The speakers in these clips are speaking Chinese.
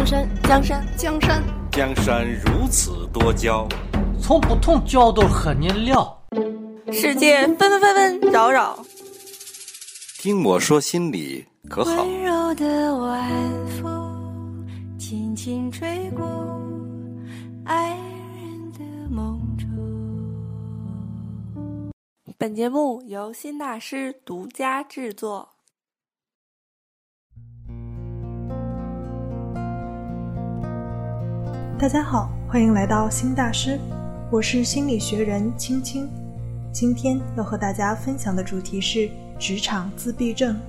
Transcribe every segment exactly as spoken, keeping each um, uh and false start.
山，江山， 江山， 江山如此多娇， 从不同角度和你聊。 世界纷纷纷纷扰扰， 听我说心里可好？ 温柔的晚风轻轻吹过爱人的梦中。 本节目由新大师独家制作。 大家好，欢迎来到新大师，我是心理学人青青。今天要和大家分享的主题是职场自闭症。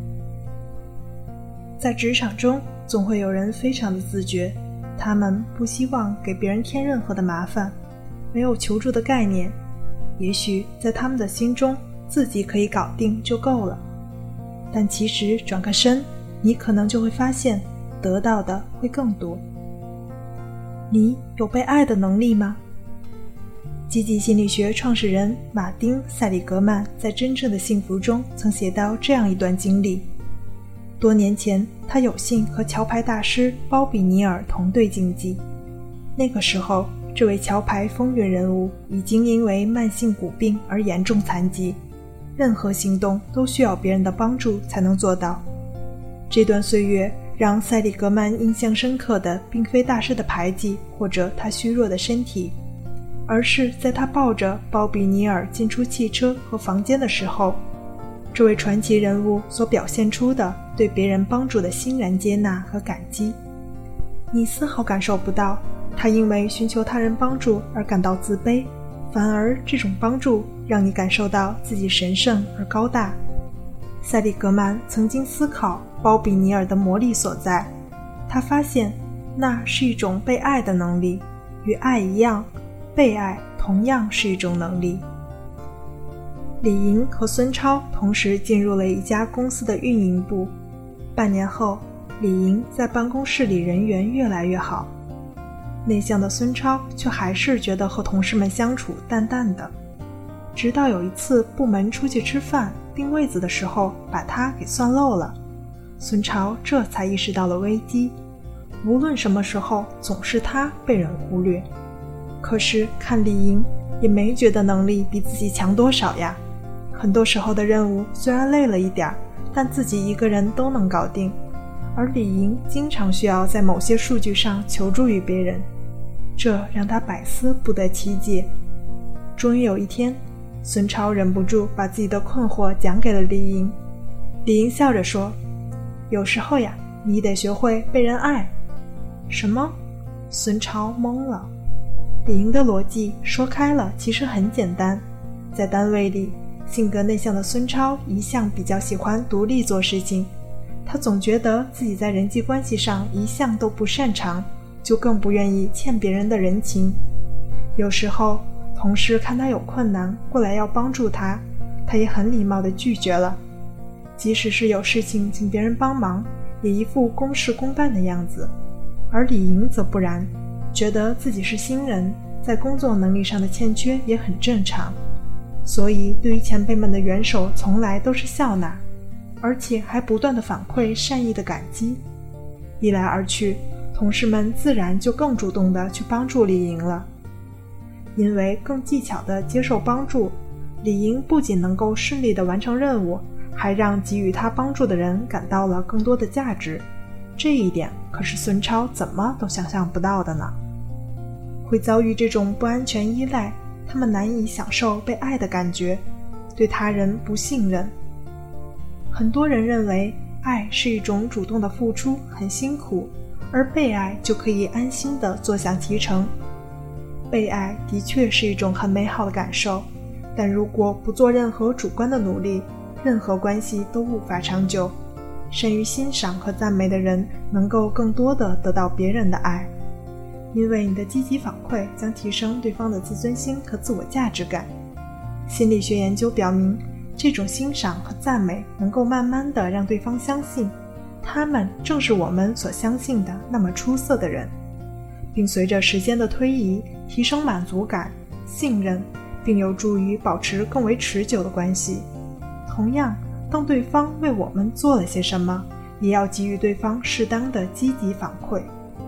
在职场中，总会有人非常的自觉，他们不希望给别人添任何的麻烦，没有求助的概念，也许在他们的心中，自己可以搞定就够了。但其实转个身，你可能就会发现，得到的会更多。你有被爱的能力吗？积极心理学创始人马丁·塞里格曼在《真正的幸福》中曾写到这样一段经历。多年前，他有幸和桥牌大师包比尼尔同队竞技。那个时候，这位桥牌风云人物已经因为慢性骨病而严重残疾，任何行动都需要别人的帮助才能做到。这段岁月让塞里格曼印象深刻的并非大师的排挤或者他虚弱的身体，而是在他抱着包比尼尔进出汽车和房间的时候，这位传奇人物所表现出的对别人帮助的欣然接纳和感激。你丝毫感受不到他因为寻求他人帮助而感到自卑，反而这种帮助让你感受到自己神圣而高大。塞里格曼曾经思考包比尼尔的魔力所在，他发现那是一种被爱的能力，与爱一样，被爱同样是一种能力。李莹和孙超同时进入了一家公司的运营部，半年后，李莹在办公室里人缘越来越好，内向的孙超却还是觉得和同事们相处淡淡的。直到有一次部门出去吃饭定位子的时候把他给算漏了，孙超这才意识到了危机，无论什么时候总是他被人忽略。可是看李莹也没觉得能力比自己强多少呀，很多时候的任务虽然累了一点，但自己一个人都能搞定，而李莹经常需要在某些数据上求助于别人，这让他百思不得其解。终于有一天，孙超忍不住把自己的困惑讲给了李莹。李莹笑着说，有时候呀，你得学会被人爱。什么？孙超懵了。李莹的逻辑说开了其实很简单，在单位里，性格内向的孙超一向比较喜欢独立做事情，他总觉得自己在人际关系上一向都不擅长，就更不愿意欠别人的人情。有时候同事看他有困难过来要帮助他，他也很礼貌地拒绝了，即使是有事情请别人帮忙，也一副公事公办的样子。而李莹则不然，觉得自己是新人，在工作能力上的欠缺也很正常，所以对于前辈们的援手从来都是笑纳，而且还不断地反馈善意的感激。一来二去，同事们自然就更主动地去帮助李莹了。因为更技巧地接受帮助，李莹不仅能够顺利地完成任务，还让给予他帮助的人感到了更多的价值。这一点可是孙超怎么都想象不到的呢。会遭遇这种不安全依赖，他们难以享受被爱的感觉，对他人不信任。很多人认为爱是一种主动的付出，很辛苦，而被爱就可以安心地坐享其成。被爱的确是一种很美好的感受，但如果不做任何主观的努力，任何关系都无法长久。善于欣赏和赞美的人能够更多地得到别人的爱，因为你的积极反馈将提升对方的自尊心和自我价值感。心理学研究表明，这种欣赏和赞美能够慢慢地让对方相信，他们正是我们所相信的那么出色的人，并随着时间的推移提升满足感、信任，并有助于保持更为持久的关系。同样，当对方为我们做了些什么，也要给予对方适当的积极反馈，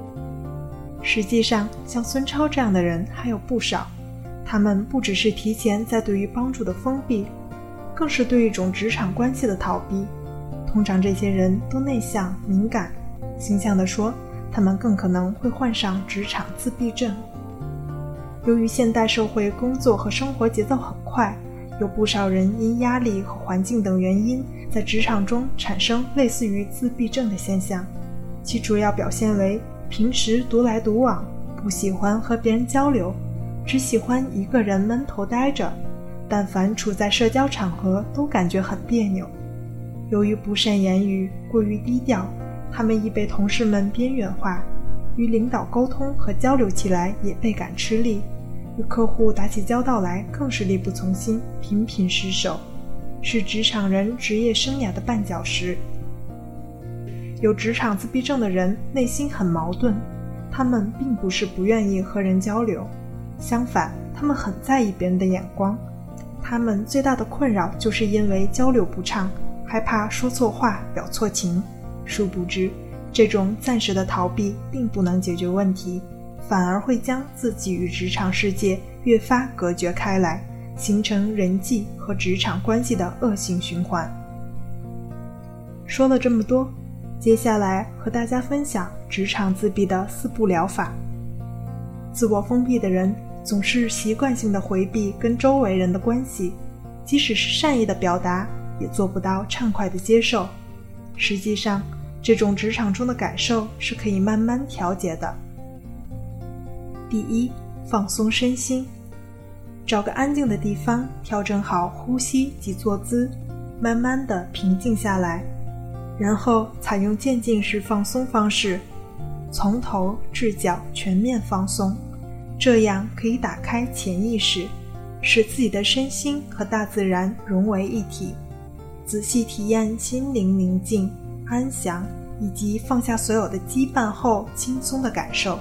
实际上，像孙超这样的人还有不少，他们不只是提前在对于帮助的封闭，更是对一种职场关系的逃避。通常这些人都内向敏感，形象地说，他们更可能会患上职场自闭症。由于现代社会工作和生活节奏很快，有不少人因压力和环境等原因，在职场中产生类似于自闭症的现象，其主要表现为平时独来独往，不喜欢和别人交流，只喜欢一个人闷头待着，但凡处在社交场合都感觉很别扭。由于不善言语，过于低调，他们易被同事们边缘化，与领导沟通和交流起来也倍感吃力，与客户打起交道来更是力不从心，频频失手，是职场人职业生涯的绊脚石。有职场自闭症的人内心很矛盾，他们并不是不愿意和人交流，相反，他们很在意别人的眼光。他们最大的困扰就是因为交流不畅，害怕说错话表错情。殊不知，这种暂时的逃避并不能解决问题，反而会将自己与职场世界越发隔绝开来，形成人际和职场关系的恶性循环。说了这么多，接下来和大家分享职场自闭的四步疗法。自我封闭的人总是习惯性的回避跟周围人的关系，即使是善意的表达，也做不到畅快的接受。实际上，这种职场中的感受是可以慢慢调节的。第一，放松身心。找个安静的地方，调整好呼吸及坐姿，慢慢地平静下来，然后采用渐进式放松方式，从头至脚全面放松，这样可以打开潜意识，使自己的身心和大自然融为一体，仔细体验心灵宁静、安详以及放下所有的羁绊后轻松的感受。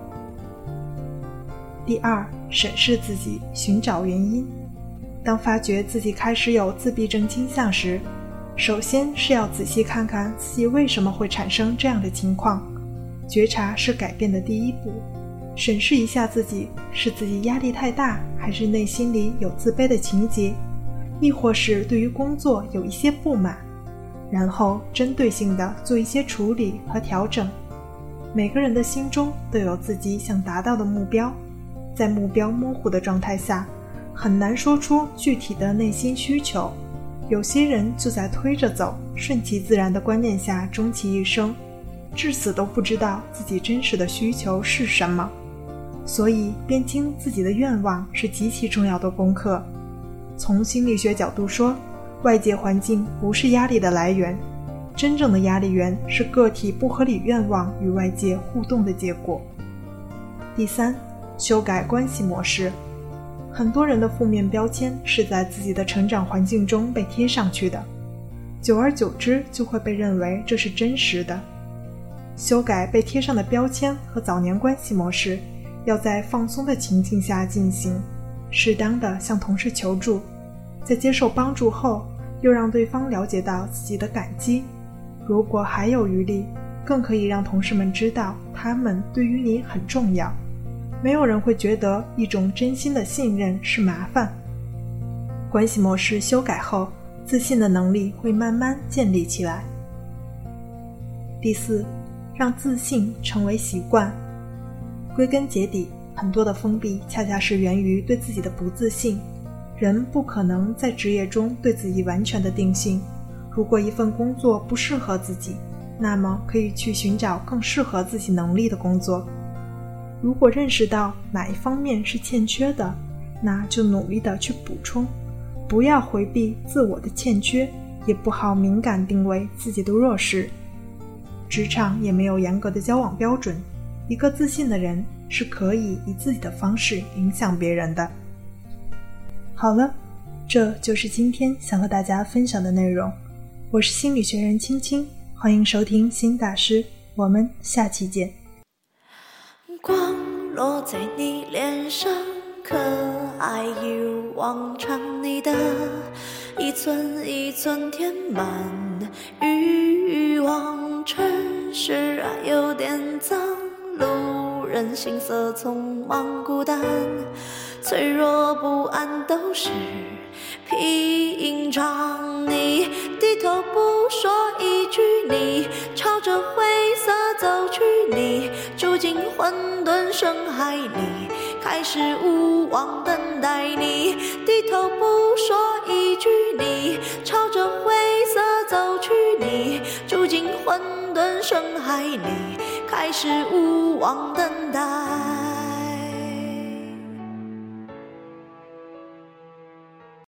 第二，审视自己，寻找原因。当发觉自己开始有自闭症倾向时，首先是要仔细看看自己为什么会产生这样的情况，觉察是改变的第一步。审视一下自己，是自己压力太大，还是内心里有自卑的情节，亦或是对于工作有一些不满，然后针对性地做一些处理和调整。每个人的心中都有自己想达到的目标，在目标模糊的状态下，很难说出具体的内心需求。有些人就在推着走，顺其自然的观念下终其一生，至死都不知道自己真实的需求是什么。所以辨清自己的愿望是极其重要的功课。从心理学角度说，外界环境不是压力的来源，真正的压力源是个体不合理愿望与外界互动的结果。第三，修改关系模式。很多人的负面标签是在自己的成长环境中被贴上去的，久而久之就会被认为这是真实的。修改被贴上的标签和早年关系模式，要在放松的情境下进行，适当的向同事求助，在接受帮助后，又让对方了解到自己的感激。如果还有余力，更可以让同事们知道他们对于你很重要。没有人会觉得一种真心的信任是麻烦。关系模式修改后，自信的能力会慢慢建立起来。第四，让自信成为习惯。归根结底，很多的封闭恰恰是源于对自己的不自信。人不可能在职业中对自己完全的定性。如果一份工作不适合自己，那么可以去寻找更适合自己能力的工作。如果认识到哪一方面是欠缺的，那就努力的去补充，不要回避自我的欠缺，也不好敏感定位自己的弱势。职场也没有严格的交往标准，一个自信的人是可以以自己的方式影响别人的。好了，这就是今天想和大家分享的内容。我是心理学人青青，欢迎收听新大师，我们下期见。 光落在你脸上，可爱一如往常，你的一寸一寸填满欲望，城市啊有点脏，路人心色匆忙孤单，脆弱不安都是平常。你低头不说一句，你朝着灰色走去，你住进混沌深海里，开始无望等待。你低头不说一句，你朝着灰色走去，你住进混沌深海里，开始无望等待。